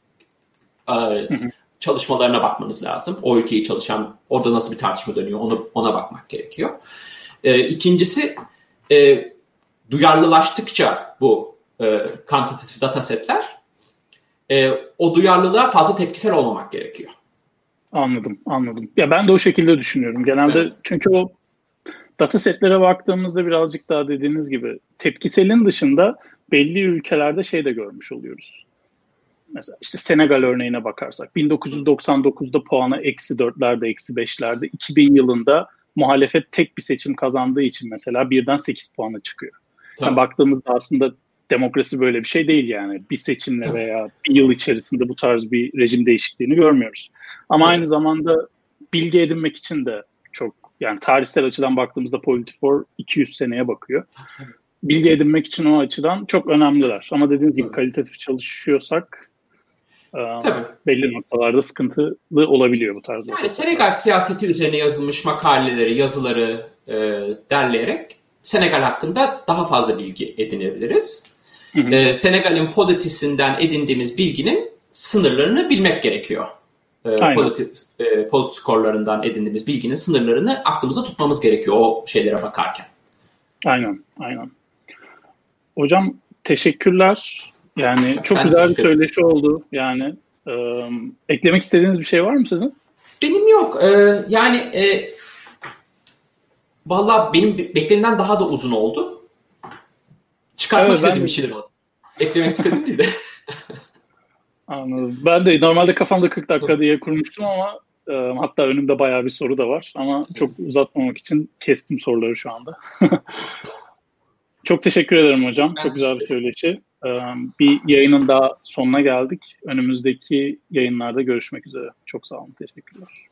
çalışmalarına bakmanız lazım. O ülkeyi çalışan, orada nasıl bir tartışma dönüyor ona bakmak gerekiyor. İkincisi, duyarlılaştıkça bu quantitative datasetler, o duyarlılığa fazla tepkisel olmamak gerekiyor. Anladım. Ya ben de o şekilde düşünüyorum. Genelde evet. Çünkü o datasetlere baktığımızda birazcık daha dediğiniz gibi tepkiselin dışında belli ülkelerde şey de görmüş oluyoruz. Mesela işte Senegal örneğine bakarsak 1999'da puanı -4'lerde, -5'lerde, 2000 yılında muhalefet tek bir seçim kazandığı için mesela birden 8 puana çıkıyor. Yani baktığımızda aslında demokrasi böyle bir şey değil yani. Bir seçimle veya bir yıl içerisinde bu tarz bir rejim değişikliğini görmüyoruz. Ama aynı zamanda bilgi edinmek için de çok, yani tarihsel açıdan baktığımızda Politifor 200 seneye bakıyor. Bilgi edinmek için o açıdan çok önemliler. Ama dediğiniz gibi kalitatif çalışıyorsak belli noktalarda sıkıntılı olabiliyor bu tarz. Yani Senegal siyaseti üzerine yazılmış makaleleri, yazıları derleyerek Senegal hakkında daha fazla bilgi edinebiliriz. Senegal'in politisinden edindiğimiz bilginin sınırlarını bilmek gerekiyor. Politiskorlarından edindiğimiz bilginin sınırlarını aklımızda tutmamız gerekiyor o şeylere bakarken. Aynen. Hocam teşekkürler. Yani çok güzel bir söyleşi oldu. Yani eklemek istediğiniz bir şey var mı sizin? Benim yok. Vallahi benim beklenenden daha da uzun oldu. Çıkartmak istediğim bir şeyler oldu. Eklemek istedim değil de. Anladım. Ben de normalde kafamda 40 dakika diye kurmuştum ama hatta önümde bayağı bir soru da var. Ama çok uzatmamak için kestim soruları şu anda. Çok teşekkür ederim hocam. Çok güzel bir söyleşi. Bir yayının daha sonuna geldik. Önümüzdeki yayınlarda görüşmek üzere. Çok sağ olun. Teşekkürler.